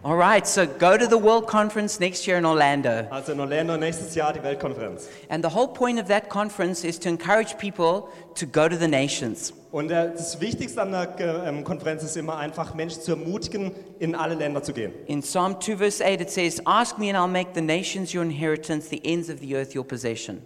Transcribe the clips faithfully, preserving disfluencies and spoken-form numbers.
All right, so go to the World Conference next year in Orlando. Also in Orlando nächstes Jahr die Weltkonferenz. And the whole point of that conference is to encourage people to go to the nations. Und äh, das Wichtigste an der äh, ähm, Konferenz ist immer einfach, Menschen zu ermutigen, in alle Länder zu gehen. In Psalm two verse eight it says, "Ask me and I'll make the nations your inheritance, the ends of the earth your possession."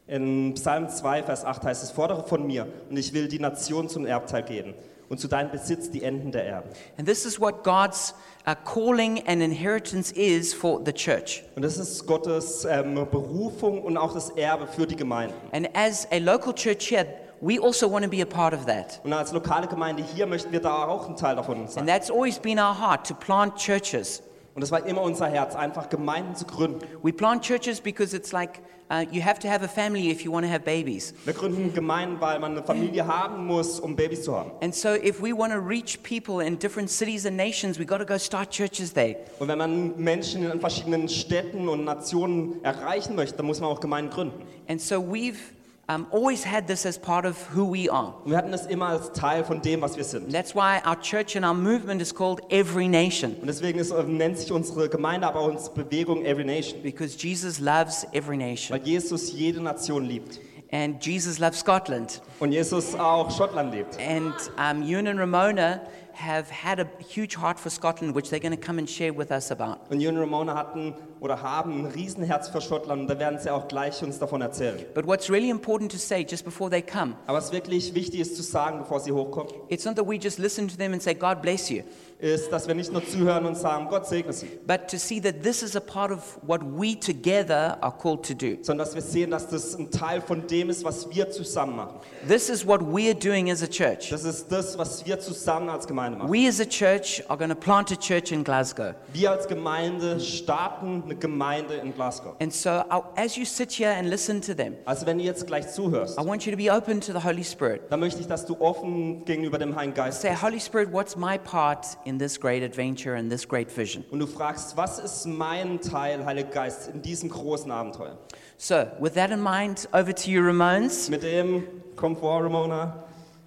In Psalm zwei, Vers acht heißt es, fordere von mir und ich will die Nation zum Erbteil geben und zu deinem Besitz die Enden der Erde. And this is what God's uh, calling and inheritance is for the church. Und das ist Gottes ähm, Berufung und auch das Erbe für die Gemeinden. And as a local church here, we also want to be a part of that. Und als lokale Gemeinde hier möchten wir da auch ein Teil davon sein. And that's always been our heart, to plant churches. Und das war immer unser Herz, einfach Gemeinden zu gründen. We plant churches because it's like uh, you have to have a family if you want to have babies. Wir gründen Gemeinden, weil man eine Familie haben muss, um Babys zu haben. And so if we want to reach people in different cities and nations, we got to go start churches there. Und wenn man Menschen in verschiedenen Städten und Nationen erreichen möchte, dann muss man auch Gemeinden gründen. And so we've um, always had this as part of who we are. Und wir hatten das immer als Teil von dem, was wir sind. And that's why our church and our movement is called Every Nation. Und deswegen ist, nennt sich unsere Gemeinde, aber auch unsere Bewegung Every Nation. Because Jesus loves every nation. Weil Jesus jede Nation liebt. And Jesus loves Scotland. Und Jesus auch Schottland liebt. And um, Ewan and Ramona have had a huge heart for Scotland, which they're going to come and share with us about. Und Ewan und Ramona hatten oder haben ein Riesenherz für Schottland und da werden sie auch gleich uns davon erzählen. But what's really important to say just before they come, Aber was wirklich wichtig ist zu sagen, bevor sie hochkommen, it's not that we just listen to them and say, God bless you, ist, dass wir nicht nur zuhören und sagen, Gott segne sie, but to see that this is a part of what we together are called to do. sondern dass wir sehen, dass das ein Teil von dem ist, was wir zusammen machen. This is what we're doing as a church. Das ist das, was wir zusammen als Gemeinde machen. We as a church are going to plant a church in Glasgow. Wir als Gemeinde starten eine Gemeinde in Glasgow. And so uh, as you sit here and listen to them, Also wenn du jetzt gleich zuhörst, I want you to be open to the Holy Spirit. dann möchte ich, dass du offen gegenüber dem Heiligen Geist Say, bist. Holy Spirit, what's my part in this great adventure and this great vision? Und du fragst, was ist mein Teil, Heiliger Geist, in diesem großen Abenteuer? So, with that in mind, over to you, Ramones. Mit dem, komm vor, Ramona.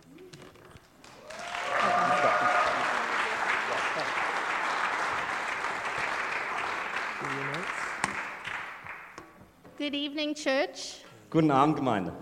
Good evening, church. Guten Abend, Gemeinde.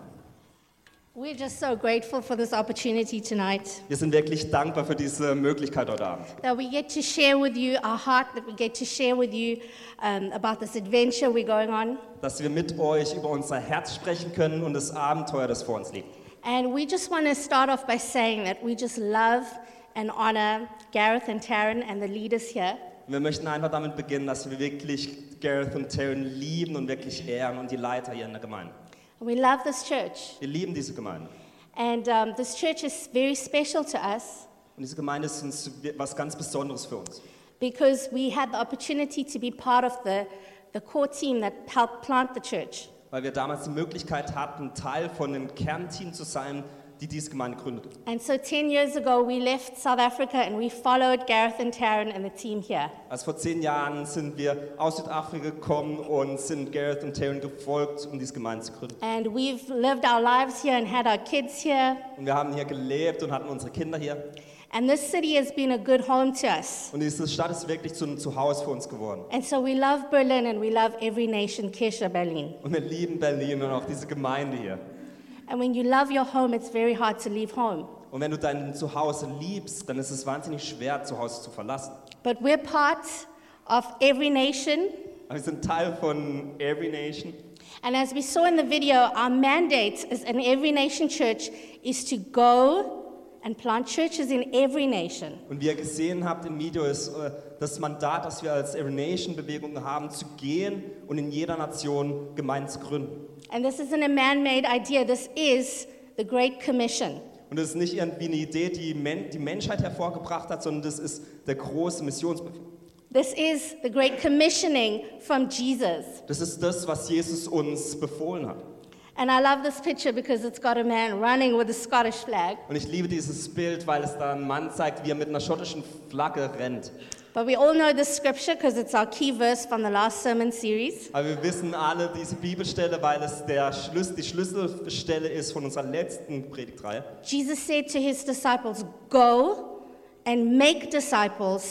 We're just so grateful for this opportunity tonight Wir sind wirklich dankbar für diese Möglichkeit heute Abend. that we get to share with you our heart, that we get to share with you um, about this adventure we're going on. Dass wir mit euch über unser Herz sprechen können und das Abenteuer, das vor uns liegt. And we just want to start off by saying that we just love and honor Gareth and Taryn and the leaders here. Und wir möchten einfach damit beginnen, dass wir wirklich Gareth und Taryn lieben und wirklich ehren und die Leiter hier in der Gemeinde. We love this church. Wir lieben diese Gemeinde. And um, this church is very special to us Und diese Gemeinde ist uns was ganz Besonderes für uns. because we had the opportunity to be part of the, the core team that helped plant the church. Weil wir damals die Möglichkeit hatten, Teil von dem Kernteam zu sein, die diese Gemeinde gründete. And so ten years ago, we left South Africa and we followed Gareth and Taryn and the team here. Also vor zehn Jahren sind wir aus Südafrika gekommen und sind Gareth und Taryn gefolgt, um diese Gemeinde zu gründen. And we've lived our lives here and had our kids here. Und wir haben hier gelebt und hatten unsere Kinder hier. And this city has been a good home to us. Und diese Stadt ist wirklich zu einem Zuhause für uns geworden. And so we love Berlin and we love every nation, Kirche Berlin. Und wir lieben Berlin und auch diese Gemeinde hier. And when you love your home, it's very hard to leave home. Und wenn du dein Zuhause liebst, dann ist es wahnsinnig schwer, Zuhause zu verlassen. But we're part of every nation. Aber wir sind Teil von Every Nation. And as we saw in the video, our mandate as an Every Nation church is to go and plant churches in every nation. Und wie ihr gesehen habt im Video, ist äh, das Mandat, das wir als Every Nation Bewegung haben, zu gehen und in jeder Nation Gemeinden zu gründen. And this isn't a man-made idea. This is the Great Commission. Und das ist nicht irgendwie eine Idee, die Men- die Menschheit hervorgebracht hat, sondern das ist der große Missionsbefehl. This is the Great Commissioning from Jesus. Das ist das, was Jesus uns befohlen hat. And I love this picture because it's got a man running with a Scottish flag. Und ich liebe dieses Bild, weil es da einen Mann zeigt, wie er mit einer schottischen Flagge rennt. But we all know this scripture because it's our key verse from the last sermon series. Aber wir wissen alle diese Bibelstelle, weil es der Schlüssel, die Schlüsselstelle ist von unserer letzten Predigtreihe. Jesus said to his disciples, "Go and make disciples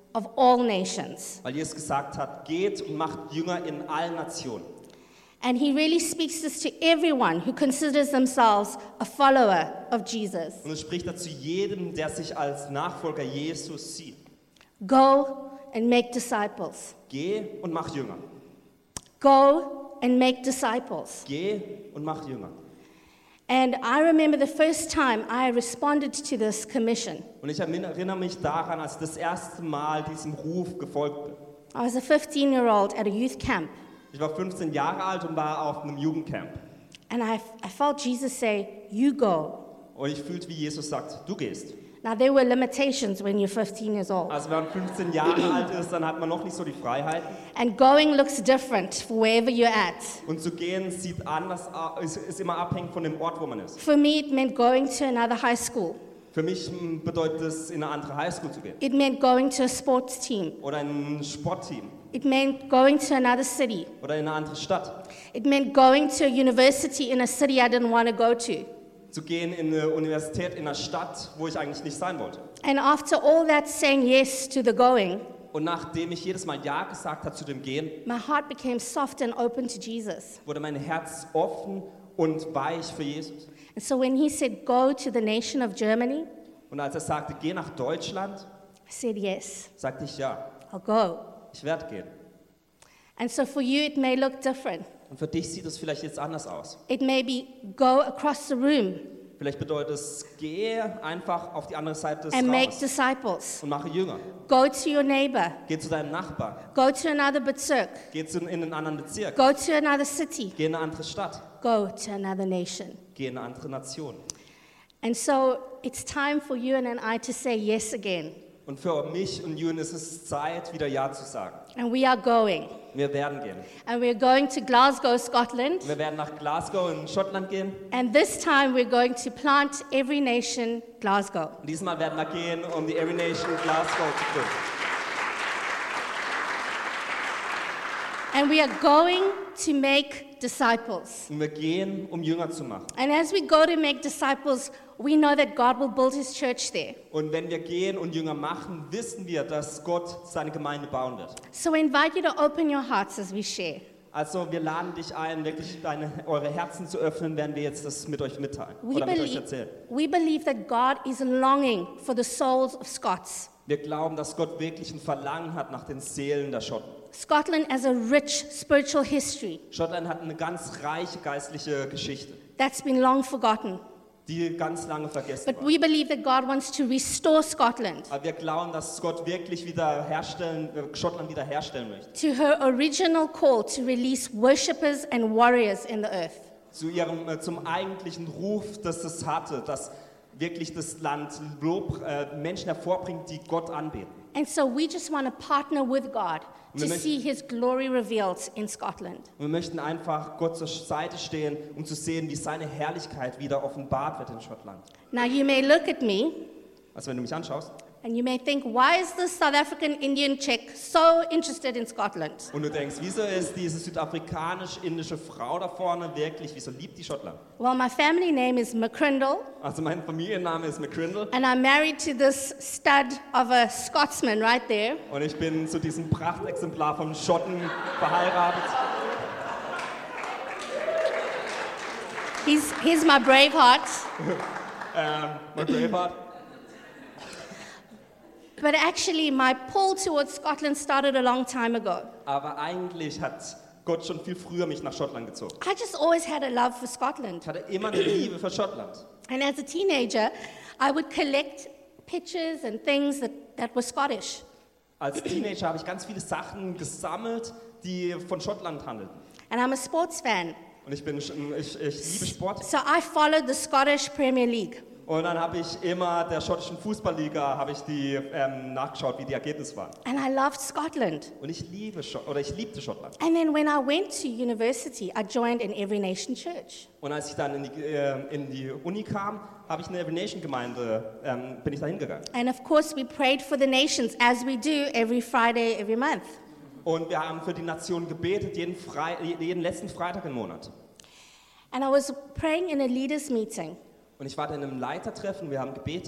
of all nations. Weil Jesus gesagt hat, geht und macht Jünger in allen Nationen. And he really speaks this to everyone who considers themselves a follower of Jesus. Und es spricht dazu jedem, der sich als Nachfolger Jesus sieht. Go and make disciples. Geh und mach Jünger. Go and make disciples. Geh und mach Jünger. And I remember the first time I responded to this commission. Und ich erinnere mich daran, als ich das erste Mal diesem Ruf gefolgt bin. I was a fifteen-year-old at a youth camp, Ich war fünfzehn Jahre alt und war auf einem Jugendcamp. and I, I felt Jesus say, "You go." Und ich fühlte, wie Jesus sagt, du gehst. Now, there were limitations when you're fifteen years old. Also wenn man fünfzehn Jahre alt ist, dann hat man noch nicht so die Freiheiten. And going looks different for wherever you're at. Und zu gehen sieht anders aus, ist, ist immer abhängig von dem Ort, wo man ist. For me, it meant going to another high school. Für mich m, bedeutet es, in eine andere Highschool zu gehen. It meant going to a sports team. Oder in ein Sportteam. It meant going to another city. Oder in eine andere Stadt. It meant going to a university in a city I didn't want to go to. Zu gehen in eine Universität in einer Stadt, wo ich eigentlich nicht sein wollte. And after all that saying yes to the going, Und nachdem ich jedes Mal Ja gesagt habe zu dem Gehen, my heart became soft and open to Jesus. wurde mein Herz offen und weich für Jesus. And so when he said, go to the nation of Germany, Und als er sagte, geh nach Deutschland, I said, yes, sagte ich ja, I'll go. ich werde gehen. And so for you, it may look different. Und für dich sieht es vielleicht jetzt anders aus. It may be go across the room Vielleicht bedeutet es, gehe einfach auf die andere Seite des and make Raumes disciples. und mache Jünger. Go to your neighbor. Geh zu deinem Nachbarn, Go to another Bezirk. geh zu, in einen anderen Bezirk, Go to another city. geh in eine andere Stadt, Go to another nation. geh in eine andere Nation. And so it's time for you and I to say yes again. Und für mich und Jürgen ist es Zeit, wieder Ja zu sagen. And we are going. Wir werden gehen. And we're going to Glasgow, Scotland. Wir werden nach Glasgow in Schottland gehen. And this time we're going to plant Every Nation Glasgow. Und diesmal werden wir gehen, um die Every Nation Glasgow zu gründen. And we are going to make disciples. Und wir gehen, um Jünger zu machen. And as we go to make disciples, we know that God will build his church there. Und wenn wir gehen und Jünger machen, wissen wir, dass Gott seine Gemeinde bauen wird. So I invite you to open your hearts as we share. Also wir laden dich ein, wirklich deine, eure Herzen zu öffnen, werden wir jetzt das mit euch mitteilen We, oder mit euch believe, erzählen. we believe that God is longing for the souls of Scots. Wir glauben, dass Gott wirklich ein Verlangen hat nach den Seelen der Schotten. Scotland has a rich spiritual history Schottland hat eine ganz reiche geistliche Geschichte, that's been long forgotten. die ganz lange vergessen But war. we believe that God wants to restore Scotland Aber wir glauben, dass Gott wirklich wieder herstellen, äh, Schottland wieder herstellen möchte. to her original call to release worshippers and warriors in the earth. Zu ihrem, äh, zum eigentlichen Ruf, das es hatte, dass wirklich das Land Lob, äh, Menschen hervorbringt, die Gott anbeten. And so we just want to partner with God Und to wir möchten- see his glory revealed in Scotland. Und wir möchten einfach Gott zur Seite stehen, um zu sehen, wie seine Herrlichkeit wieder offenbart wird in Schottland. Now you may look at me Also wenn du mich anschaust and you may think, why is this South African Indian chick so interested in Scotland? und du denkst, wieso ist diese südafrikanisch-indische Frau da vorne wirklich, wieso liebt die Schottland? Well, my family name is McCrindle, Also mein Familienname ist McCrindle and I'm married to this stud of a Scotsman right there. und ich bin zu diesem Prachtexemplar von Schotten verheiratet. He's, he's my Braveheart. Ähm, mein Braveheart. But actually, my pull towards Scotland started a long time ago. Aber eigentlich hat Gott schon viel früher mich nach Schottland gezogen. I just always had a love for Scotland. Ich hatte immer eine Liebe für Schottland. And as a teenager, I would collect pictures and things that, that were Scottish. Als Teenager habe ich ganz viele Sachen gesammelt, die von Schottland handelten. And I'm a sports fan. Und ich, bin, ich, ich liebe Sport. So I followed the Scottish Premier League. Und dann habe ich immer der schottischen Fußballliga habe ich die ähm, nachgeschaut, wie die Ergebnisse waren. And I loved Scotland. Und ich liebe Schott- oder ich liebte Schottland. And then when I went to university, I joined an Every Nation church. Und als ich dann in die, äh, in die Uni kam, habe ich eine Every Nation Gemeinde ähm, bin ich da hingegangen. And of course, we prayed for the nations as we do every Friday, every month. Und wir haben für die Nation gebetet jeden, Frei jeden letzten Freitag im Monat. And I was praying in a leaders meeting. Und ich war dann in einem Leitertreffen, wir haben gebetet.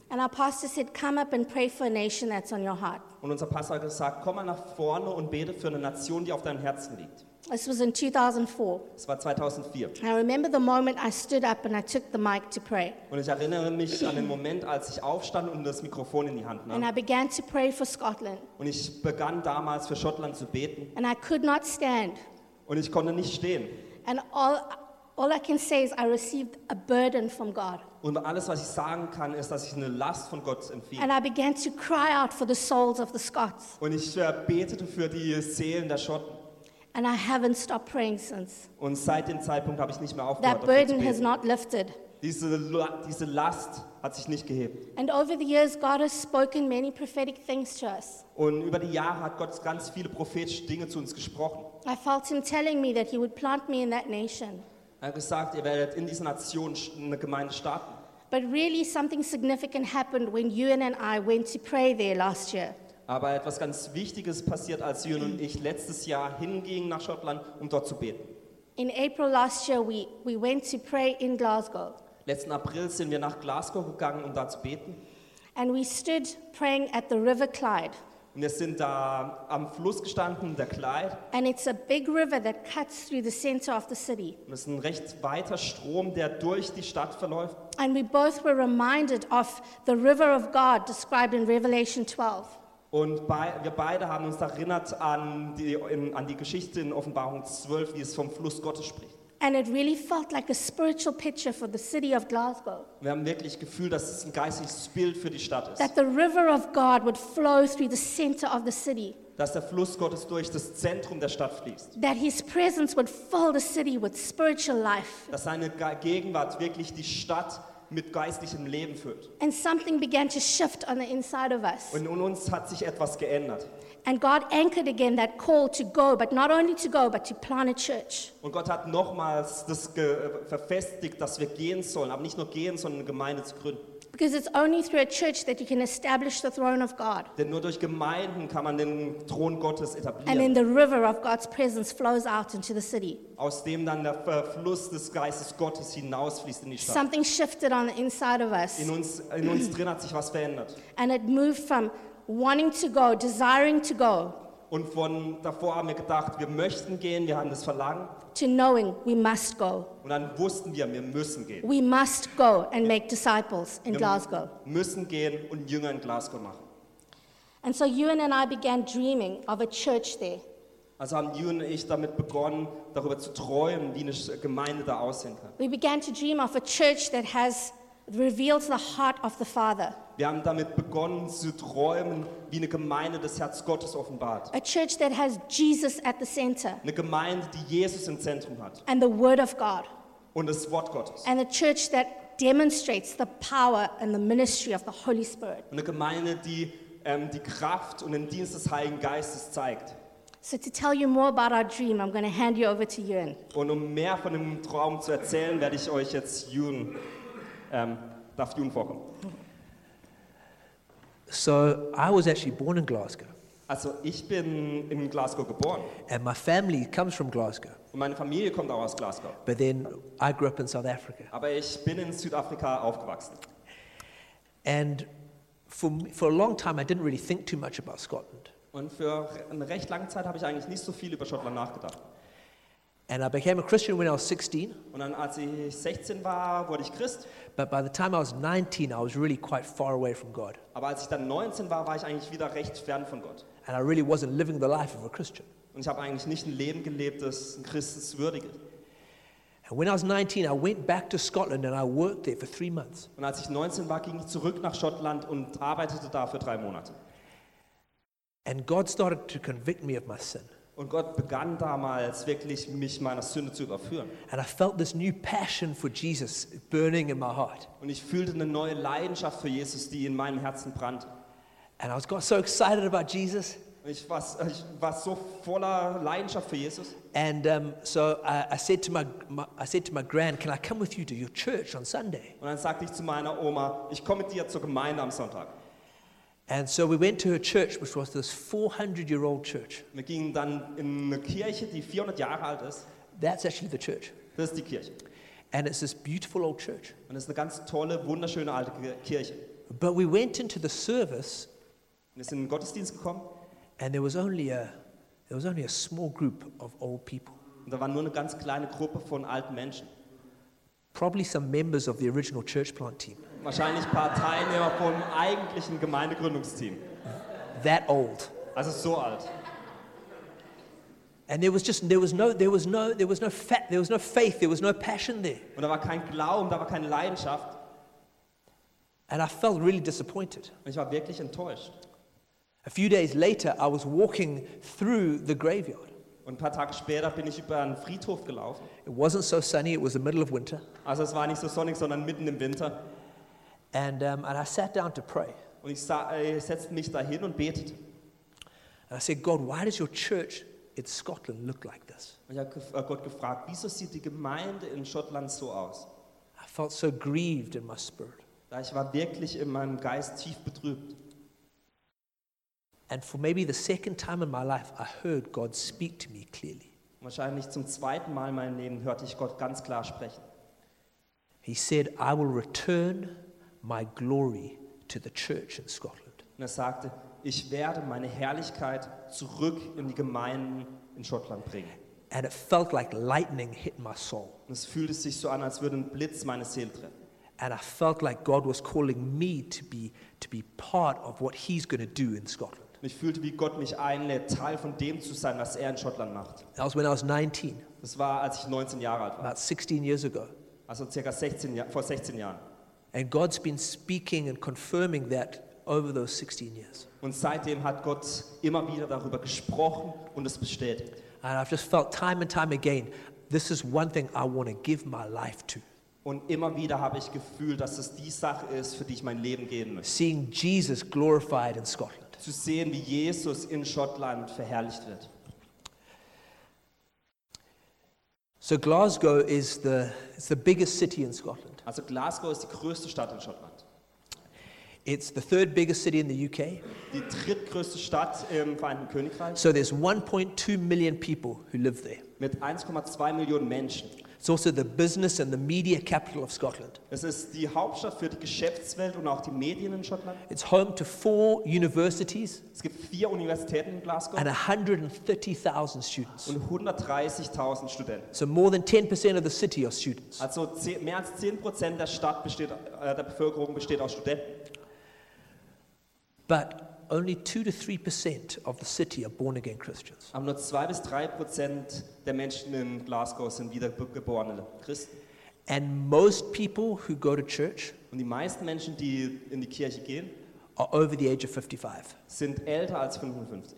And our pastor said, come up and pray for a nation that's on your heart. Und unser Pastor hat gesagt, komm mal nach vorne und bete für eine Nation, die auf deinem Herzen liegt. This was in two thousand four. Das war zweitausendvier. I remember the moment I stood up and I took the mic to pray. Und ich erinnere mich an den Moment, als ich aufstand und das Mikrofon in die Hand And nahm. I began to pray for Scotland. Und ich begann damals für Schottland zu beten. And I could not stand. Und ich konnte nicht stehen. And all, all I can say is I received a burden from God. Und alles, was ich sagen kann, ist, dass ich eine Last von Gott empfing. And I began to cry out for the souls of the Scots. Und ich äh, betete für die Seelen der Schotten. And I haven't stopped praying since. Und seit dem Zeitpunkt habe ich nicht mehr That aufgehört, dafür zu burden has beten. not lifted. Diese, La- diese Last hat sich nicht gehebt. And over the years, God has spoken many prophetic things to us. Und über die Jahre hat Gott ganz viele prophetische Dinge zu uns gesprochen. I felt Him telling me that He would plant me in that nation. Er hat gesagt, ihr werdet in dieser Nation eine Gemeinde starten. But really, something significant happened when Ewan and I went to pray there last year. Aber etwas ganz Wichtiges passiert, als Jürgen und ich letztes Jahr hingingen nach Schottland, um dort zu beten. In April last year, we, we went to pray in Glasgow. Letzten April sind wir nach Glasgow gegangen, um da zu beten. And we stood praying at the River Clyde. Und wir sind da am Fluss gestanden, der Clyde. And it's a big river that cuts through the center of the city. Und es ist ein recht weiter Strom, der durch die Stadt verläuft. And we both were reminded of the river of God described in Revelation twelve. Und bei, wir beide haben uns erinnert an die, in, an die Geschichte in Offenbarung zwölf, wie es vom Fluss Gottes spricht. And it really felt like a spiritual picture for the city of Glasgow. Wir haben wirklich gefühlt, dass es ein geistliches Bild für die Stadt ist. That the river of God would flow through the center of the city. Dass der Fluss Gottes durch das Zentrum der Stadt fließt. That His presence would fill the city with spiritual life. Dass seine Ge- Gegenwart wirklich die Stadt mit geistlichem Leben füllt. And something began to shift on the inside of us. Und in uns hat sich etwas geändert. And God anchored again that call to go, but not only to go, but to plant a church. Und Gott hat nochmals das ge- verfestigt, dass wir gehen sollen, aber nicht nur gehen, sondern eine Gemeinde zu gründen. Because it's only through a church that you can establish the throne of God. Denn nur durch Gemeinden kann man den Thron Gottes And etablieren, then the river of God's presence flows out into the city. aus dem dann der Fluss des Geistes Gottes hinausfließt in die Stadt. Something shifted on the inside of us. In uns, in uns drin hat sich was verändert. And it moved from wanting to go, desiring to go, Und von davor haben wir gedacht, wir möchten gehen, wir haben das Verlangen. to knowing we must go. Und dann wussten wir, wir müssen gehen. We must go and make disciples in Wir Glasgow. müssen gehen und Jünger in Glasgow machen. And so Ewan and I began dreaming of a church there. Also haben Jürgen und ich damit begonnen, darüber zu träumen, wie eine Gemeinde da aussehen kann. We began to dream of a church that has reveals the heart of the Father. Wir haben damit begonnen zu träumen, wie eine Gemeinde das Herz Gottes offenbart. A church that has Jesus at the center Eine Gemeinde, die Jesus im Zentrum hat and the Word of God. und das Wort Gottes. And a church that demonstrates the power and the ministry of the Holy Spirit. Eine Gemeinde, die ähm, die Kraft und den Dienst des Heiligen Geistes zeigt. So to tell you more about our dream, I'm going to hand you over to Ewan. Und um mehr von dem Traum zu erzählen, werde ich euch jetzt Jürgen, ähm, darf Jürgen vorkommen. So I was actually born in Glasgow, Also ich bin in Glasgow geboren and my family comes from Glasgow. und meine Familie kommt auch aus Glasgow. But then I grew up in South Africa. Aber ich bin in Südafrika aufgewachsen. And for, me- for a long time, I didn't really think too much about Scotland. Und für eine recht lange Zeit habe ich eigentlich nicht so viel über Schottland nachgedacht. And I became a Christian when I was sixteen, Und dann, als ich sechzehn war, wurde ich Christ. but by the time I was nineteen, I was really quite far away from God. Aber als ich dann neunzehn war, war ich eigentlich wieder recht fern von Gott. And I really wasn't living the life of a Christian. Und ich habe eigentlich nicht ein Leben gelebt, das ein Christus würdigt. And when I was nineteen, I went back to Scotland and I worked there for three months. Und als ich neunzehn war, ging ich zurück nach Schottland und arbeitete da für drei Monate. And God started to convict me of my sin. Und Gott begann damals wirklich, mich meiner Sünde zu überführen. And I felt this new passion for Jesus burning in my heart. Und ich fühlte eine neue Leidenschaft für Jesus, die in meinem Herzen brannte. And I was got so excited about Jesus. Und ich war, ich war so voller Leidenschaft für Jesus. And um, so I, I said to my, my, I said to my gran, "Can I come with you to your church on Sunday?" Und dann sagte ich zu meiner Oma, ich komme mit dir zur Gemeinde am Sonntag. And so we went to her church, which was this four hundred year old church. Wir gingen dann in eine Kirche, die vierhundert Jahre alt ist. That's actually the church. Das ist die Kirche. And it's this beautiful old church. Und es ist eine ganz tolle, wunderschöne alte Kirche. But we went into the service, Wir sind in den Gottesdienst gekommen and there was only a there was only a small group of old people, und da war nur eine ganz kleine Gruppe von alten Menschen. probably some members of the original church plant team. Wahrscheinlich ein paar Teilnehmer vom eigentlichen Gemeindegründungsteam. That old. Also so alt. And there was just there was no there was no there was no fa- there was no faith, there was no passion there. Und da war kein Glauben, da war keine Leidenschaft. And I felt really disappointed. Und ich war wirklich enttäuscht. A few days later, I was walking through the graveyard. Und ein paar Tage später bin ich über einen Friedhof gelaufen. It wasn't so sunny, it was the middle of winter. Also es war nicht so sonnig, sondern mitten im Winter. And, um, and I sat down to pray. Und ich, sa- äh, setzte mich da hin und betete. And I said, God, why does your church in Scotland look like this? Und ich habe gef- äh, Gott gefragt, wieso sieht die Gemeinde in Schottland so aus? I felt so grieved in my spirit. Da ich war wirklich in meinem Geist tief betrübt. And for maybe the second time in my life, I heard God speak to me clearly. Wahrscheinlich zum zweiten Mal in meinem Leben hörte ich Gott ganz klar sprechen. He said, I will return my glory to the church in Scotland. Und er sagte, ich werde meine Herrlichkeit zurück in die Gemeinden in Schottland bringen. And it felt like lightning hit my soul. Und es fühlte sich so an, als würde ein Blitz meine Seele treffen. And I felt like God was calling me to be, to be part of what He's going to do in Scotland. Und ich fühlte, wie Gott mich einlädt, Teil von dem zu sein, was er in Schottland macht. That was when I was nineteen, Das war, als ich neunzehn Jahre alt war. about sixteen years ago. Also circa sechzehn, Ja- vor sechzehn Jahren. And God's been speaking and confirming that over those sixteen years. Und seitdem hat Gott immer wieder darüber gesprochen und es bestätigt. And I've just felt time and time again, this is one thing I want to give my life to. Und immer wieder habe ich gefühlt, dass es die Sache ist, für die ich mein Leben geben möchte. Seeing Jesus glorified in Scotland. Zu sehen, wie Jesus in Schottland verherrlicht wird. So Glasgow is the, it's the biggest city in Scotland. Also Glasgow ist die größte Stadt in Schottland. It's the third biggest city in the U K. Die drittgrößte Stadt im Vereinigten Königreich So there's one point two million people who live there. mit eins Komma zwei Millionen Menschen. It's also the business and the media capital of Scotland. Es ist die Hauptstadt für die Geschäftswelt und auch die Medien in Schottland. It's home to four universities Es gibt vier Universitäten in Glasgow and one hundred thirty thousand students. und hundertdreißigtausend Studenten. So more than ten percent of the city are students. Also zehn, mehr als zehn Prozent der Stadt besteht, äh, der Bevölkerung besteht aus Studenten. But only two to three percent of the city are born again Christians. Aber nur zwei bis drei Prozent der Menschen in Glasgow sind wiedergeborene Christen. And most people who go to church Und die meisten Menschen, die in die Kirche gehen, are over the age of fifty-five. sind älter als fünfundfünfzig.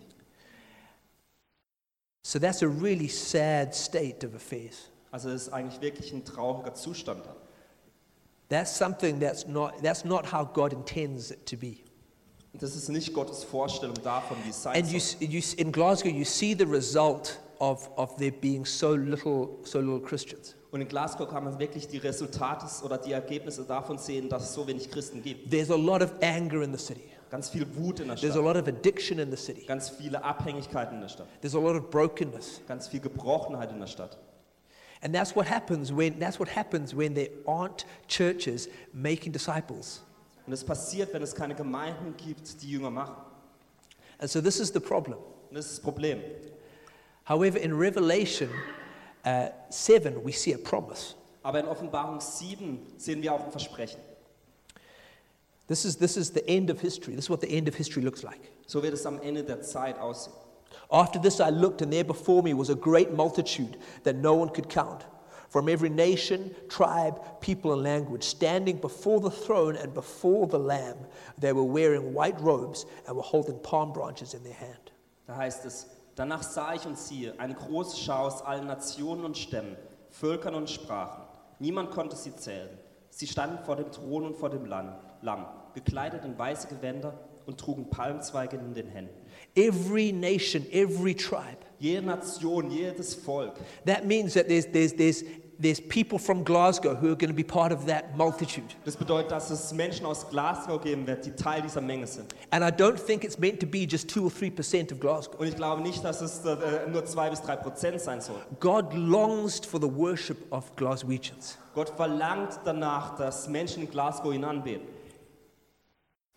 So that's a really sad state of affairs. Also es ist eigentlich wirklich ein trauriger Zustand da. That's something that's not, that's not how God intends it to be. Das ist nicht Gottes Vorstellung davon, wie es sein And you, soll. you, in Glasgow, you see the result of, of there being so little, so little Christians. Und in Glasgow kann man wirklich die Resultate oder die Ergebnisse davon sehen, dass es so wenig Christen gibt. There's a lot of anger in the city. Ganz viel Wut in der There's a Stadt, lot of addiction in the city. ganz viele Abhängigkeiten in der Stadt, There's a lot of brokenness. ganz viel Gebrochenheit in der Stadt. And that's what happens when, that's what happens when there aren't churches making disciples. Und das passiert, wenn es keine Gemeinden gibt, die Jünger machen. And so this is the problem. Und das ist das Problem. However, in Revelation uh, seven, we see a promise. Aber in Offenbarung sieben sehen wir auch ein Versprechen. This is, this is the end of history. This is what the end of history looks like. So wird es am Ende der Zeit aussehen. After this I looked, and there before me was a great multitude that no one could count, from every nation, tribe, people, and language, standing before the throne and before the Lamb. They were wearing white robes and were holding palm branches in their hand. Da heißt es, danach sah ich und siehe, eine große Schar aus allen Nationen und Stämmen, Völkern und Sprachen. Niemand konnte sie zählen. Sie standen vor dem Thron und vor dem Lamm, Lamm, gekleidet in weiße Gewänder und trugen Palmzweige in den Händen. Every nation, every tribe. Jede Nation, jedes Volk. That means that there's, there's, there's, there's people from Glasgow who are going to be part of that multitude. Das bedeutet, dass es Menschen aus Glasgow geben wird, die Teil dieser Menge sind. And I don't think it's meant to be just two or three percent of Glasgow. Und ich glaube nicht, dass es äh, nur zwei bis drei Prozent sein soll. God longs for the worship of Glaswegians. Gott verlangt danach, dass Menschen in Glasgow ihn anbeten.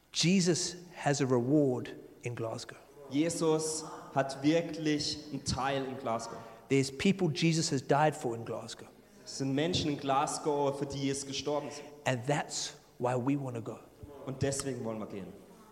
Jesus has a reward in Glasgow. Jesus hat wirklich einen Teil in Glasgow. There's people Jesus has died for in Glasgow. Es sind Menschen in Glasgow, für die es gestorben sind. And that's why we want to go. Und deswegen wollen wir gehen.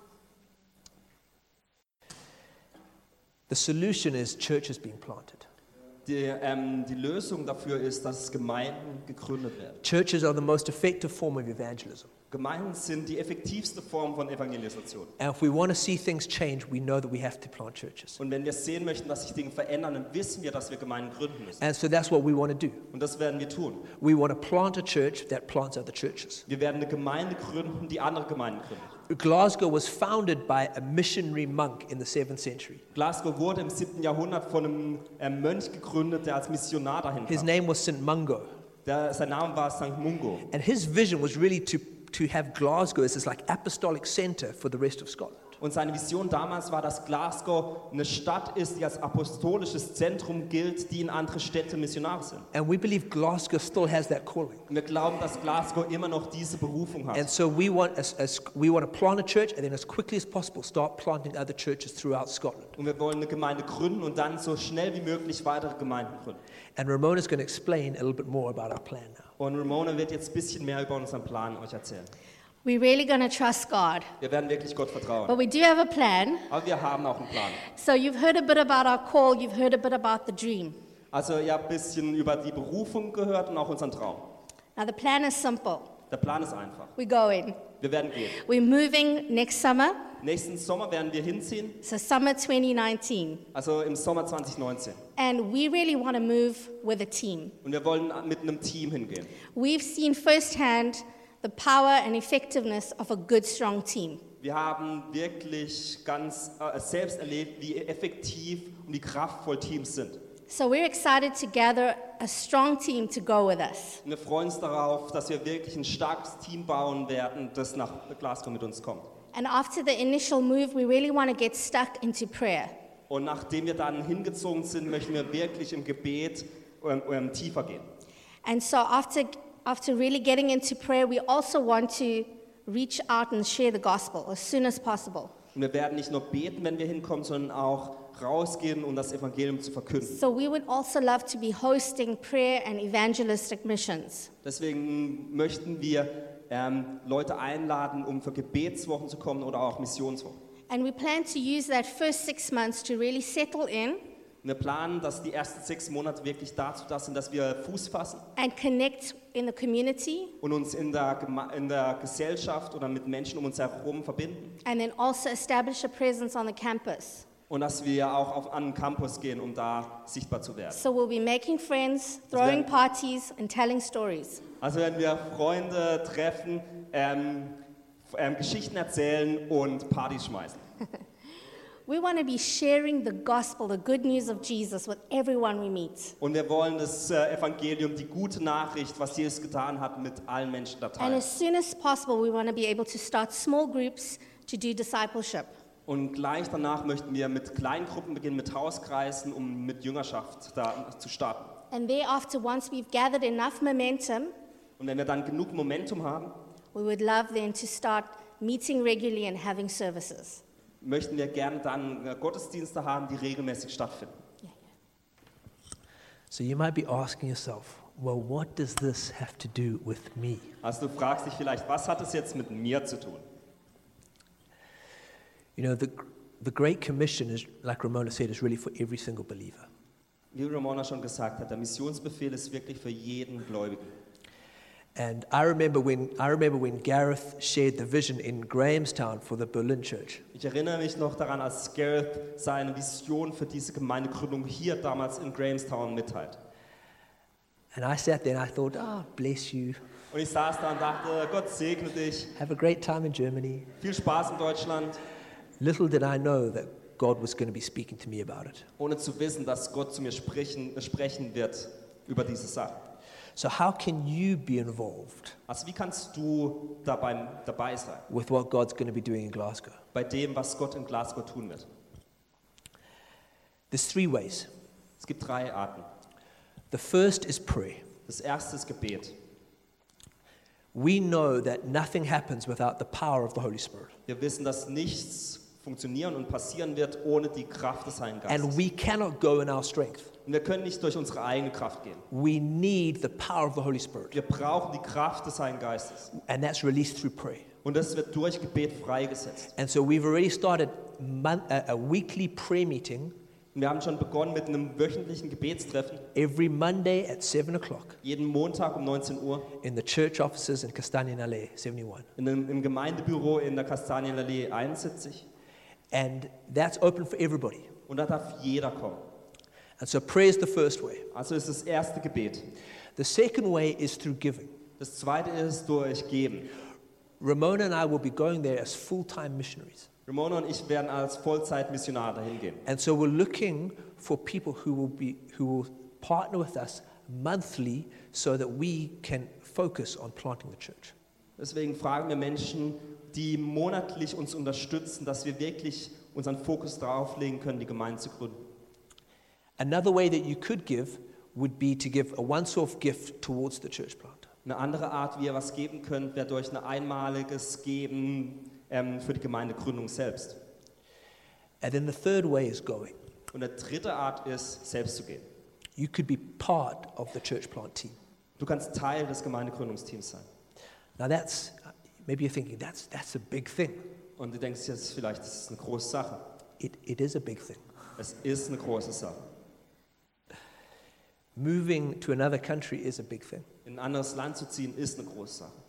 The solution is churches being planted. Die, ähm, die Lösung dafür ist, dass Gemeinden gegründet werden. Churches are the most effective form of evangelism. Gemeinden sind die effektivste Form von Evangelisation. And if we want to see things change, we know that we have to plant churches. Und wenn wir sehen möchten, dass sich Dinge verändern, dann wissen wir, dass wir Gemeinden gründen müssen. And so that's what we want to do. Und das werden wir tun. We want to plant a church that plants other churches. Wir werden eine Gemeinde gründen, die andere Gemeinden gründet. Glasgow was founded by a missionary monk in the seventh century. Glasgow wurde im siebten Jahrhundert von einem äh, Mönch gegründet, der als Missionar dahin His kam. name was Saint Mungo. Der, sein Name war Sankt Mungo. And his vision was really to, to have Glasgow as this like apostolic center for the rest of Scotland. Und seine Vision damals war, dass Glasgow eine Stadt ist, die als apostolisches Zentrum gilt, die in andere Städte Missionare sind. And we believe Glasgow still has that calling. Und wir glauben, dass Glasgow immer noch diese Berufung And hat. so we want, as, as, we want to plant a church and then as quickly as possible start planting other churches throughout Scotland. Und wir wollen eine Gemeinde gründen und dann so schnell wie möglich weitere Gemeinden gründen. And Ramona's going to explain a little bit more about our plan now. Und Ramona wird jetzt ein bisschen mehr über unseren Plan euch erzählen. We're really going to trust God. Wir werden wirklich Gott vertrauen. But we do have a plan. Aber wir haben auch einen Plan. So you've heard a bit about our call, you've heard a bit about the dream. Also ihr habt ein bisschen über die Berufung gehört und auch unseren Traum. Now the plan is simple. Der Plan ist einfach. We're going. Wir werden gehen. We're moving next summer, Nächsten Sommer werden wir hinziehen, so summer twenty nineteen. also im Sommer zwanzig neunzehn. And we really want to move with a team. Und wir wollen mit einem Team hingehen. We've seen firsthand the power and effectiveness of a good, strong team. Wir haben wirklich ganz äh, selbst erlebt, wie effektiv und wie kraftvoll Teams sind. So we're excited to gather a strong team to go with us. Und wir freuen uns darauf, dass wir wirklich ein starkes Team bauen werden, das nach Glasgow mit uns kommt. And after the initial move, we really want to get stuck into prayer. Und nachdem wir dann hingezogen sind, möchten wir wirklich im Gebet ähm, ähm, tiefer gehen. And so after, after really getting into prayer, we also want to reach out and share the gospel as soon as possible. Und wir werden nicht nur beten, wenn wir hinkommen, sondern auch rausgehen, um das Evangelium zu verkünden. So we would also love to be hosting prayer and evangelistic missions. Deswegen möchten wir ähm, Leute einladen, um für Gebetswochen zu kommen oder auch Missionswochen. And we plan to use that first six months to really settle in Wir planen, dass die ersten sechs Monate wirklich dazu da sind, dass wir Fuß fassen and connect in the community, und uns in der, Gema- in der Gesellschaft oder mit Menschen um uns herum verbinden. and then also establish a presence on the campus. Und dass wir auch auf einen Campus gehen, um da sichtbar zu werden. So we'll be making friends, throwing parties, and telling stories. Also werden wir Freunde treffen, ähm, f- ähm, Geschichten erzählen und Partys schmeißen. We want to be sharing the gospel, the good news of Jesus, with everyone we meet. Und wir wollen das äh, Evangelium, die gute Nachricht, was Jesus getan hat, mit allen Menschen da And teilen. as soon as possible, we want to be able to start small groups to do discipleship. Und gleich danach möchten wir mit Kleingruppen beginnen, mit Hauskreisen, um mit Jüngerschaft da zu starten. And thereafter, once we've gathered enough momentum, Und wenn wir dann genug Momentum haben, we would love then to start meeting regularly and having services. möchten wir gerne dann äh, Gottesdienste haben, die regelmäßig stattfinden. So you might be asking yourself, well, what does this have to do with me? Also du fragst dich vielleicht, was hat es jetzt mit mir zu tun? You know, the, the Great Commission, is, like Ramona said, is really for every single believer. Wie Ramona schon gesagt hat, der Missionsbefehl ist wirklich für jeden Gläubigen. And I remember when I remember when Gareth shared the vision in Grahamstown for the Berlin church. Ich erinnere mich noch daran, als Gareth seine Vision für diese Gemeindegründung hier damals in Grahamstown mitteilt. And I sat there and I thought, oh, bless you. Und ich saß da und dachte, Gott segne dich, Have a great time in Germany. viel Spaß in Deutschland, Little did I know that God was going to be speaking to me about it. ohne zu wissen, dass Gott zu mir sprechen, sprechen wird über diese Sache. So how can you be involved Also wie kannst du dabei, dabei sein, with what God's going to be doing in Glasgow? bei dem, was Gott in Glasgow tun wird? There's three ways. Es gibt drei Arten. The first is prayer. Das erste ist Gebet. We know that nothing happens without the power of the Holy Spirit. Wir wissen, dass nichts funktionieren und passieren wird ohne die Kraft des Heiligen And Geistes. we cannot go in our strength. Und wir können nicht durch unsere eigene Kraft gehen. We need the power of the Holy Spirit. Wir brauchen die Kraft des Heiligen Geistes. And that's released through prayer. Und das wird durch Gebet freigesetzt. And so we've already started mon- a, a weekly prayer meeting Und wir haben schon begonnen mit einem wöchentlichen Gebetstreffen, every Monday at seven o'clock jeden Montag um neunzehn Uhr in the church offices in Castanien-Allee, seventy-one. in einem, im Gemeindebüro in der Kastanienallee einundsiebzig. And that's open for everybody. Und da darf jeder kommen. And so prayer is the first way. Also ist das erste Gebet. The second way is through giving. Das zweite ist durch Geben. Ramona and I will be going there as full-time missionaries. Ramona und ich werden als Vollzeitmissionar dahin gehen. And so we're looking for people who will be who will partner with us monthly so that we can focus on planting the church. Deswegen fragen wir Menschen, die monatlich uns unterstützen, dass wir wirklich unseren Fokus darauf legen können, die Gemeinde zu gründen. Another way that you could give would be to give a once-off gift towards the church plant. Eine andere Art, wie ihr was geben könnt, wäre durch ein einmaliges Geben ähm, für die Gemeindegründung selbst. And then the third way is going. Und eine dritte Art ist, selbst zu gehen. You could be part of the church plant team. Du kannst Teil des Gemeindegründungsteams sein. Now that's, maybe you're thinking, that's, that's a big thing. Und du denkst jetzt vielleicht, das ist eine große Sache. It, it is a big thing. Es ist eine große Sache. Moving to another country is a big thing. In ein anderes Land zu ziehen, ist eine große Sache.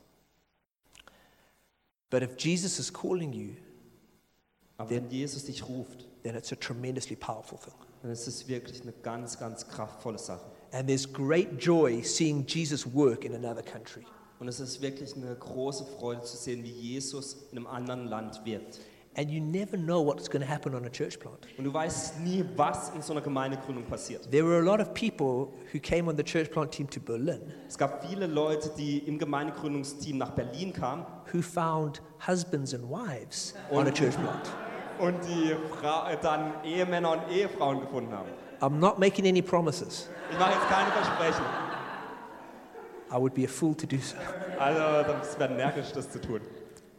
But if Jesus is calling you, Aber wenn Jesus dich ruft, then it's a tremendously powerful thing. dann ist es wirklich eine ganz, ganz kraftvolle Sache. And there's great joy seeing Jesus work in another country. Und es ist wirklich eine große Freude zu sehen, wie Jesus in einem anderen Land wirkt. And you never know what's going to happen on a church plant. Und du weißt nie, was in so einer Gemeindegründung passiert. There were a lot of people who came on the church plant team to Berlin Es gab viele Leute, die im Gemeindegründungsteam nach Berlin kamen who found husbands and wives on a church plant. und die Fra- äh, dann Ehemänner und Ehefrauen gefunden haben. I'm not making any promises. Ich mache jetzt keine Versprechen. I would be a fool to do so. Also, das wäre närrisch, das zu tun.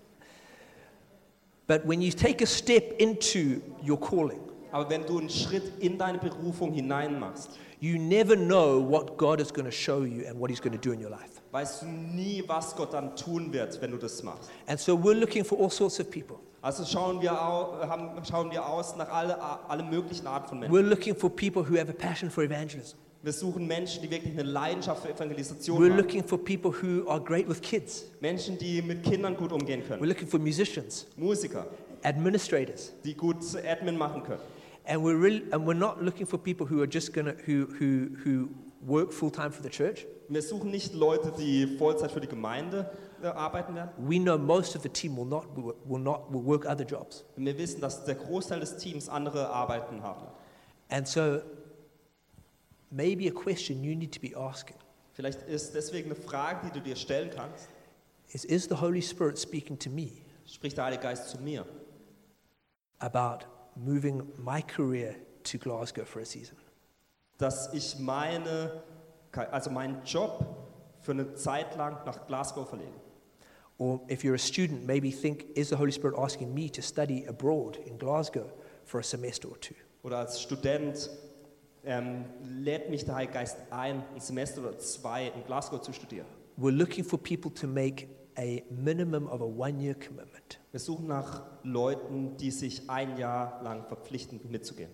But when you take a step into your calling, Aber wenn du einen Schritt in deine Berufung hinein machst, you never know what God is going to show you and what He's going to do in your life. weißt du nie, was Gott dann tun wird, wenn du das machst. And so we're looking for all sorts of people. Also schauen wir, au, haben, schauen wir aus nach alle, alle möglichen Arten von Menschen. We're looking for people who have a passion for evangelism. Wir suchen Menschen, die wirklich eine Leidenschaft für Evangelisation We're haben. looking for people who are great with kids. Menschen, die mit Kindern gut umgehen We're können. looking for musicians, Musiker, administrators. die gut Admin machen können. And we're really, and we're not looking for people who are just going to who who who work full time for the church. Wir suchen nicht Leute, die Vollzeit für die Gemeinde äh, arbeiten werden. We know most of the team will not will not will work other jobs. Und wir wissen, dass der Großteil des Teams andere Arbeiten haben. And so maybe a question you need to be asking Vielleicht ist deswegen eine Frage, die du dir stellen kannst. is is the Holy Spirit speaking to me Spricht der Heilige Geist zu mir, about moving my career to Glasgow for a season? dass ich meine, also meinen Job für eine Zeit lang nach Glasgow verlege? Or if you're a student, maybe think, is the Holy Spirit asking me to study abroad in Glasgow for a semester or two? Oder als Student ähm, lädt mich der Heilige Geist ein, ein Semester oder zwei in Glasgow zu studieren. We're looking for people to make a minimum of a one-year commitment. Wir suchen nach Leuten, die sich ein Jahr lang verpflichten, mitzugehen.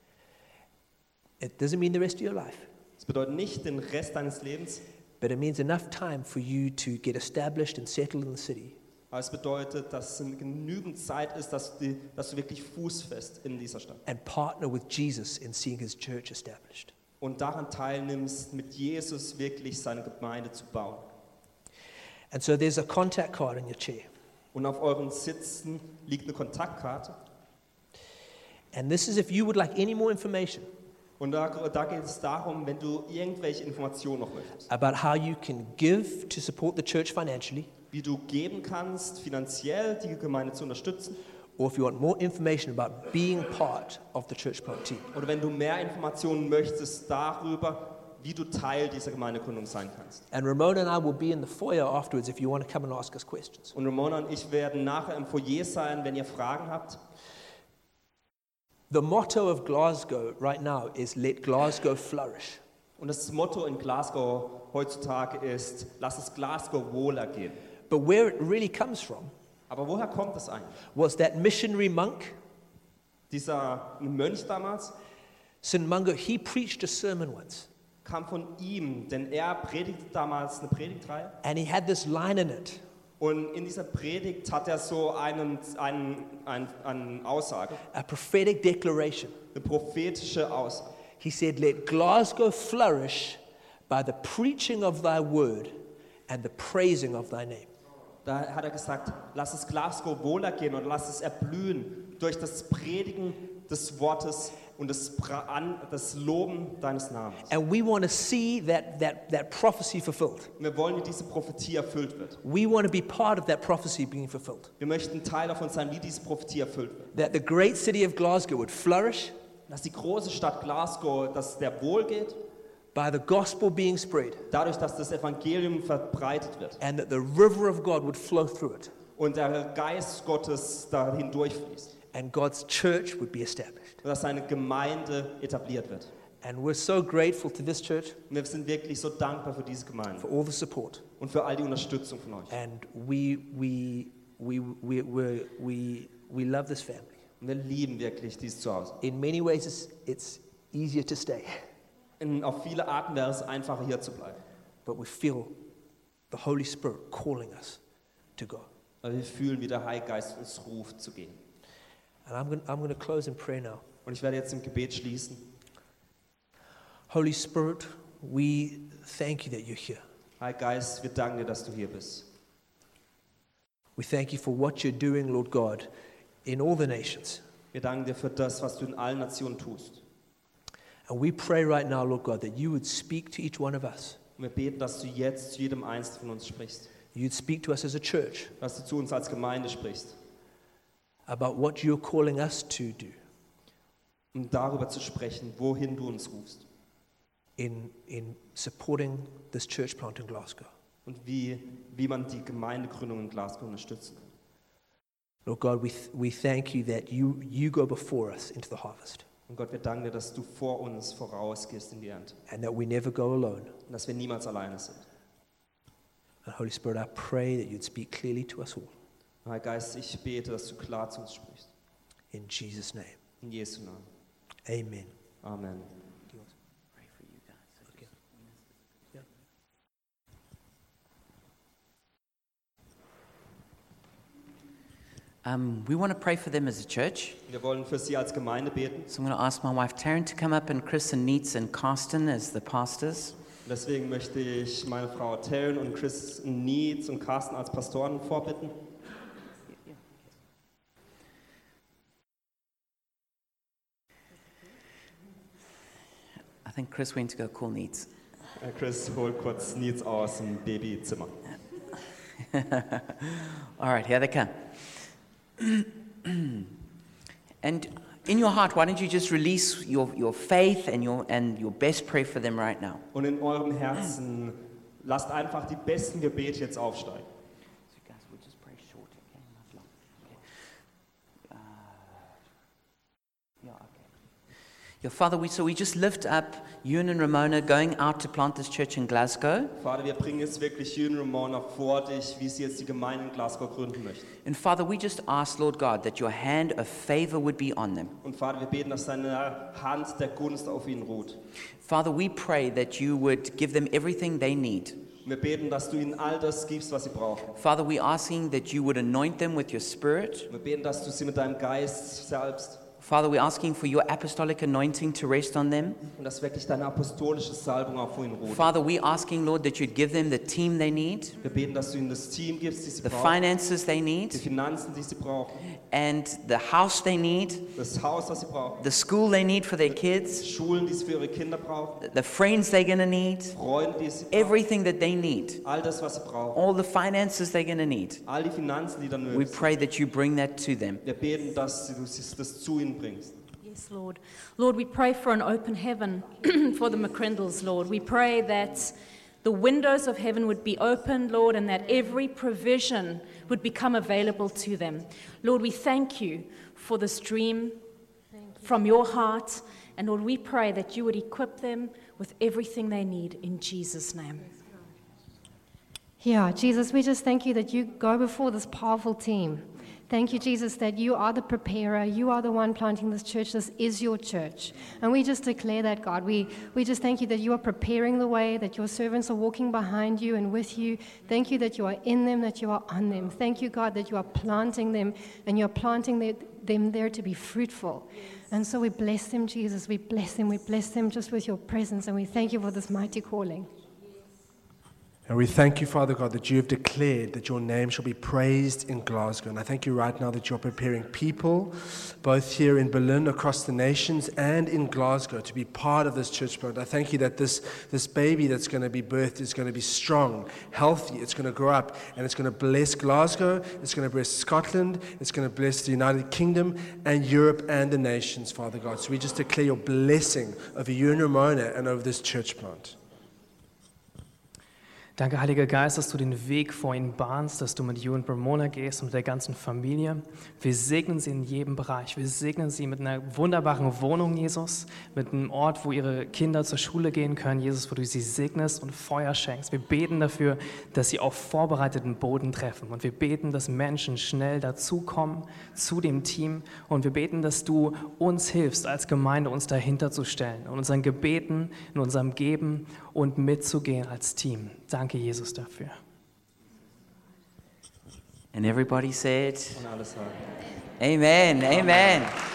It doesn't mean the rest of your life, Das bedeutet nicht den Rest deines Lebens, but it means enough time for you to get established and settled in the city, aber es bedeutet, dass es genügend Zeit ist, dass du, dass du wirklich fußfest in dieser Stadt and partner with Jesus in seeing his church established. und daran teilnimmst, mit Jesus wirklich seine Gemeinde zu bauen. And so there's a contact card in your chair. Und auf euren Sitzen liegt eine Kontaktkarte. And this is if you would like any more information Und da, da geht es darum, wenn du irgendwelche Informationen noch möchtest, about how you can give to support the church financially, wie du geben kannst, finanziell die Gemeinde zu unterstützen, or if you want more information about being part of the church plant team. oder wenn du mehr Informationen möchtest darüber, wie du Teil dieser Gemeindegründung sein kannst. And Ramona and I will be in the foyer afterwards if you want to come and ask us questions. Und Ramona und ich werden nachher im Foyer sein, wenn ihr Fragen habt. The motto of Glasgow right now is let Glasgow flourish. Und das Motto in Glasgow heutzutage ist, lass es Glasgow wohler gehen. But where it really comes from Aber woher kommt das eigentlich? was that missionary monk, Dieser Mönch damals Saint Mungo, he preached a sermon once. kam von ihm, denn er predigte damals eine Predigtreihe. And he had this line in it. Und in dieser Predigt hat er so einen, einen, einen, eine Aussage, A prophetic declaration. eine prophetische Aussage. He said, let Glasgow flourish by the preaching of thy word and the praising of thy name. Da hat er gesagt, lass es Glasgow wohler gehen und lass es erblühen durch das Predigen des Wortes und das, pra- an, das Loben deines Namens. And we want to see that, that, that prophecy fulfilled. Und wir wollen, wie diese Prophetie erfüllt wird. We want to be part of that prophecy being fulfilled. Wir möchten Teil davon sein, wie diese Prophetie erfüllt wird. That the great city of Glasgow would flourish Dass die große Stadt Glasgow, dass der wohl geht, by the gospel being spread, dadurch, dass das Evangelium verbreitet wird and that the river of God would flow through it, und der Geist Gottes dahin durchfließt and God's church would be established. und dass seine Gemeinde etabliert wird. And we're so grateful to this church Und wir sind wirklich so dankbar für diese Gemeinde for all the support. und für all die Unterstützung von euch. And we, we, we, we, we, we, we love this family. Und wir lieben wirklich dieses Zuhause. In many ways, it's, it's easier to stay, In, auf viele Arten wäre es einfacher, hier zu bleiben. but we feel the Holy Spirit calling us to go. Weil wir fühlen, wie der Heilige Geist uns ruft, zu gehen. And I'm going I'm going to close in prayer now. Und ich werde jetzt im Gebet schließen. Holy Spirit, we thank you that you're here. Heiliger Geist, wir danken dir, dass du hier bist. We thank you for what you're doing, Lord God, in all the nations. Wir danken dir für das, was du in allen Nationen tust. And we pray right now, Lord God, that you would speak to each one of us. Und wir beten, dass du jetzt zu jedem Einzelnen von uns sprichst. You'd speak to us as a church Dass du zu uns als Gemeinde sprichst. about what you're calling us to do Um darüber zu sprechen, wohin du uns rufst. in, in supporting this church plant in Glasgow. Und wie, wie man die Gemeindegründung in Glasgow unterstützen kann. Lord God, we, th- we thank you that you, you go before us into the harvest Und Gott, wir danken dir, dass du vor uns vorausgehst in die Ernte. and that we never go alone. Und dass wir niemals alleine sind. And Holy Spirit, I pray that you'd speak clearly to us all. Heiliger Geist, ich bete, dass du klar zu uns sprichst. In Jesus' name, In Jesu Namen. amen. Amen. Pray for you guys. Okay. Yeah. Um, we want to pray for them as a church. Wir wollen für sie als Gemeinde beten. So I'm going to ask my wife Taryn to come up, and Chris and Neitz and Carsten as the pastors. Und deswegen möchte ich meine Frau Taryn und Chris Nietz und Carsten als Pastoren vorbitten. I think Chris went to go call Neitz. Äh, Chris holt kurz Nietz aus dem Babyzimmer. All right, here they come. And in your heart, why don't you just release your, your faith and your, and your best prayer for them right now? Und in eurem Herzen lasst einfach die besten Gebete jetzt aufsteigen. So guys, we'll just pray short, okay? Not long. Okay. Uh, yeah, okay. Yeah, Father, we, so we just lift up Ewan and Ramona going out to plant this church in Glasgow. Vater, wir bringen jetzt wirklich Jürgen und Ramona vor dich, wie sie jetzt die Gemeinde in Glasgow gründen möchten. And Father, we just ask, Lord God, that your hand of favor would be on them. Und Vater, wir beten, dass deine Hand der Gunst auf ihnen ruht. Father, we pray that you would give them everything they need. Wir beten, dass du ihnen all das gibst, was sie brauchen. Father, we're asking that you would anoint them with your Spirit. Wir beten, dass du sie mit deinem Geist salbst Father, we're asking for your apostolic anointing to rest on them. und dass wirklich deine apostolische Salbung auf ihnen ruht. Father, we're asking, Lord, that you'd give them the team they need, Wir beten, dass du ihnen das Team gibst, das sie the brauchen, finances they die need, Finanzen, die sie brauchen, and the house they need, das Haus, das sie brauchen, the school they need for their kids, Schulen, die sie für ihre Kinder brauchen, the friends they're going to need, Freunde, die sie brauchen, everything that they need, all das, was sie brauchen, all the finances they're going to need. all die Finanzen, die dann We nötig sind. pray that you bring that to them. Wir beten, dass du das zu ihnen bringst. Yes, Lord. Lord, we pray for an open heaven for the McCrindles, Lord. We pray that the windows of heaven would be opened, Lord, and that every provision would become available to them. Lord, we thank you for this dream from your heart. And Lord, we pray that you would equip them with everything they need in Jesus' name. Yeah, Jesus, we just thank you that you go before this powerful team. Thank you, Jesus, that you are the preparer. You are the one planting this church. This is your church. And we just declare that, God. We, we just thank you that you are preparing the way, that your servants are walking behind you and with you. Thank you that you are in them, that you are on them. Thank you, God, that you are planting them and you are planting the, them there to be fruitful. And so we bless them, Jesus. We bless them. We bless them just with your presence. And we thank you for this mighty calling. And we thank you, Father God, that you have declared that your name shall be praised in Glasgow. And I thank you right now that you're preparing people, both here in Berlin, across the nations, and in Glasgow, to be part of this church plant. I thank you that this, this baby that's going to be birthed is going to be strong, healthy, it's going to grow up, and it's going to bless Glasgow, it's going to bless Scotland, it's going to bless the United Kingdom, and Europe and the nations, Father God. So we just declare your blessing over you and Ramona and over this church plant. Danke, Heiliger Geist, dass du den Weg vor ihnen bahnst, dass du mit You und Ramona gehst und mit der ganzen Familie. Wir segnen sie in jedem Bereich. Wir segnen sie mit einer wunderbaren Wohnung, Jesus, mit einem Ort, wo ihre Kinder zur Schule gehen können, Jesus, wo du sie segnest und Feuer schenkst. Wir beten dafür, dass sie auf vorbereiteten Boden treffen. Und wir beten, dass Menschen schnell dazukommen zu dem Team. Und wir beten, dass du uns hilfst, als Gemeinde uns dahinter zu stellen, in unseren Gebeten, in unserem Geben und mitzugehen als Team. Danke, Jesus, dafür. And everybody said, Und alle sagen. Amen, amen.